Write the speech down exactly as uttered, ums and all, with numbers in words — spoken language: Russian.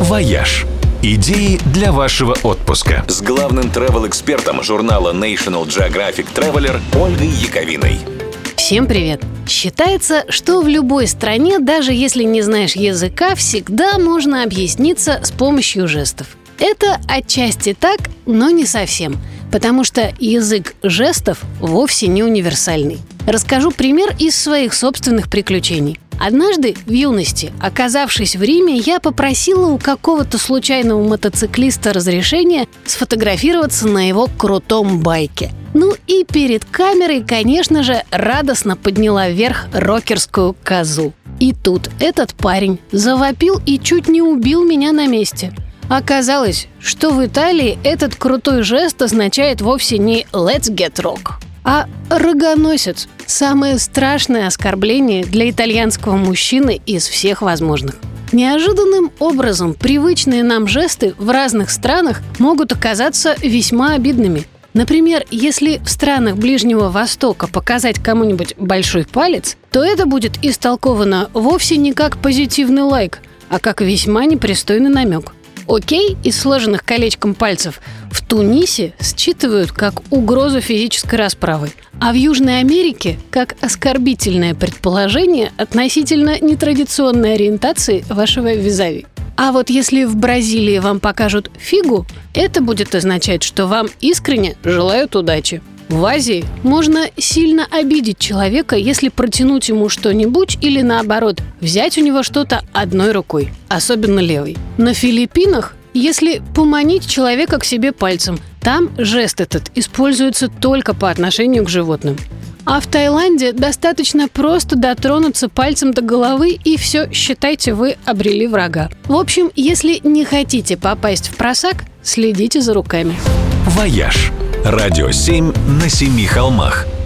«Вояж». Идеи для вашего отпуска. С главным travel-экспертом журнала National Geographic Traveler Ольгой Яковиной. Всем привет! Считается, что в любой стране, даже если не знаешь языка, всегда можно объясниться с помощью жестов. Это отчасти так, но не совсем, потому что язык жестов вовсе не универсальный. Расскажу пример из своих собственных приключений. Однажды в юности, оказавшись в Риме, я попросила у какого-то случайного мотоциклиста разрешения сфотографироваться на его крутом байке. Ну и перед камерой, конечно же, радостно подняла вверх рокерскую козу. И тут этот парень завопил и чуть не убил меня на месте. Оказалось, что в Италии этот крутой жест означает вовсе не «let's get rock», а «рогоносец» – самое страшное оскорбление для итальянского мужчины из всех возможных. Неожиданным образом привычные нам жесты в разных странах могут оказаться весьма обидными. Например, если в странах Ближнего Востока показать кому-нибудь большой палец, то это будет истолковано вовсе не как позитивный лайк, а как весьма непристойный намек. Окей из сложенных колечком пальцев в Тунисе считывают как угрозу физической расправы, а в Южной Америке как оскорбительное предположение относительно нетрадиционной ориентации вашего визави. А вот если в Бразилии вам покажут фигу, это будет означать, что вам искренне желают удачи. В Азии можно сильно обидеть человека, если протянуть ему что-нибудь или, наоборот, взять у него что-то одной рукой, особенно левой. На Филиппинах, если поманить человека к себе пальцем, там жест этот используется только по отношению к животным. А в Таиланде достаточно просто дотронуться пальцем до головы, и все, считайте, вы обрели врага. В общем, если не хотите попасть в просак, следите за руками. «Вояж». Радио семь на семи холмах.